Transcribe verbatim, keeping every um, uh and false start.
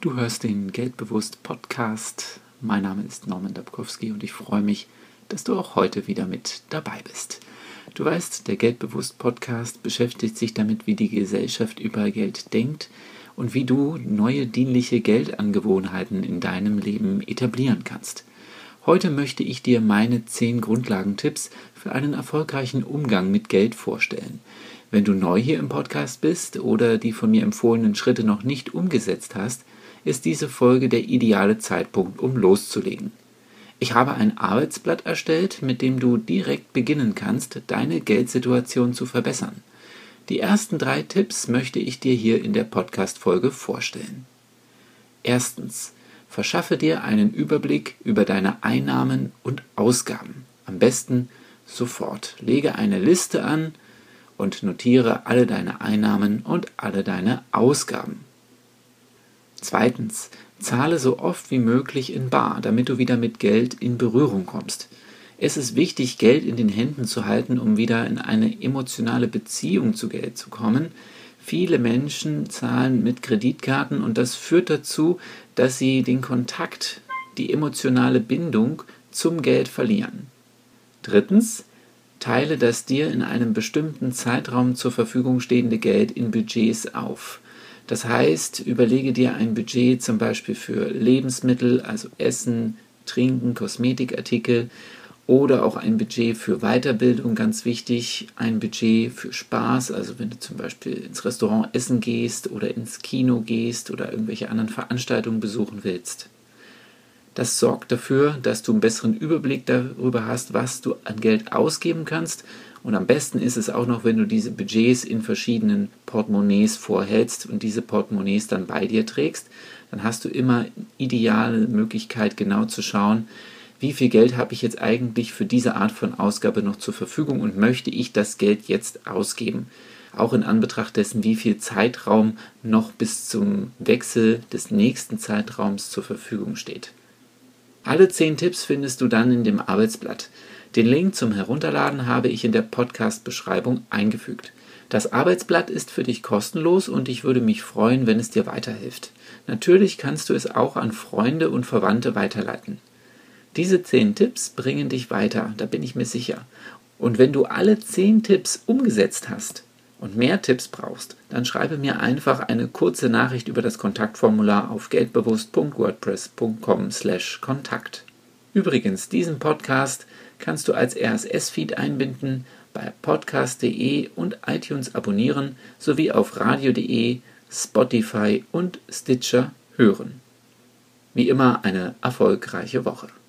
Du hörst den Geldbewusst Podcast. Mein Name ist Norman Dabkowski und ich freue mich, dass du auch heute wieder mit dabei bist. Du weißt, der Geldbewusst Podcast beschäftigt sich damit, wie die Gesellschaft über Geld denkt und wie du neue dienliche Geldangewohnheiten in deinem Leben etablieren kannst. Heute möchte ich dir meine zehn Grundlagentipps für einen erfolgreichen Umgang mit Geld vorstellen. Wenn du neu hier im Podcast bist oder die von mir empfohlenen Schritte noch nicht umgesetzt hast, ist diese Folge der ideale Zeitpunkt, um loszulegen. Ich habe ein Arbeitsblatt erstellt, mit dem du direkt beginnen kannst, deine Geldsituation zu verbessern. Die ersten drei Tipps möchte ich dir hier in der Podcast-Folge vorstellen. Erstens, verschaffe dir einen Überblick über deine Einnahmen und Ausgaben. Am besten sofort. Lege eine Liste an und notiere alle deine Einnahmen und alle deine Ausgaben. Zweitens, zahle so oft wie möglich in bar, damit du wieder mit Geld in Berührung kommst. Es ist wichtig, Geld in den Händen zu halten, um wieder in eine emotionale Beziehung zu Geld zu kommen. Viele Menschen zahlen mit Kreditkarten und das führt dazu, dass sie den Kontakt, die emotionale Bindung zum Geld verlieren. Drittens, teile das dir in einem bestimmten Zeitraum zur Verfügung stehende Geld in Budgets auf. Das heißt, überlege dir ein Budget zum Beispiel für Lebensmittel, also Essen, Trinken, Kosmetikartikel oder auch ein Budget für Weiterbildung, ganz wichtig, ein Budget für Spaß, also wenn du zum Beispiel ins Restaurant essen gehst oder ins Kino gehst oder irgendwelche anderen Veranstaltungen besuchen willst. Das sorgt dafür, dass du einen besseren Überblick darüber hast, was du an Geld ausgeben kannst. Und am besten ist es auch noch, wenn du diese Budgets in verschiedenen Portemonnaies vorhältst und diese Portemonnaies dann bei dir trägst. Dann hast du immer eine ideale Möglichkeit, genau zu schauen, wie viel Geld habe ich jetzt eigentlich für diese Art von Ausgabe noch zur Verfügung und möchte ich das Geld jetzt ausgeben. Auch in Anbetracht dessen, wie viel Zeitraum noch bis zum Wechsel des nächsten Zeitraums zur Verfügung steht. Alle zehn Tipps findest du dann in dem Arbeitsblatt. Den Link zum Herunterladen habe ich in der Podcast-Beschreibung eingefügt. Das Arbeitsblatt ist für dich kostenlos und ich würde mich freuen, wenn es dir weiterhilft. Natürlich kannst du es auch an Freunde und Verwandte weiterleiten. Diese zehn Tipps bringen dich weiter, da bin ich mir sicher. Und wenn du alle zehn Tipps umgesetzt hast und mehr Tipps brauchst, dann schreibe mir einfach eine kurze Nachricht über das Kontaktformular auf geldbewusst punkt wordpress punkt com slash kontakt. Übrigens, diesen Podcast kannst du als R S S-Feed einbinden, bei podcast punkt de und iTunes abonnieren, sowie auf radio punkt de, Spotify und Stitcher hören. Wie immer eine erfolgreiche Woche.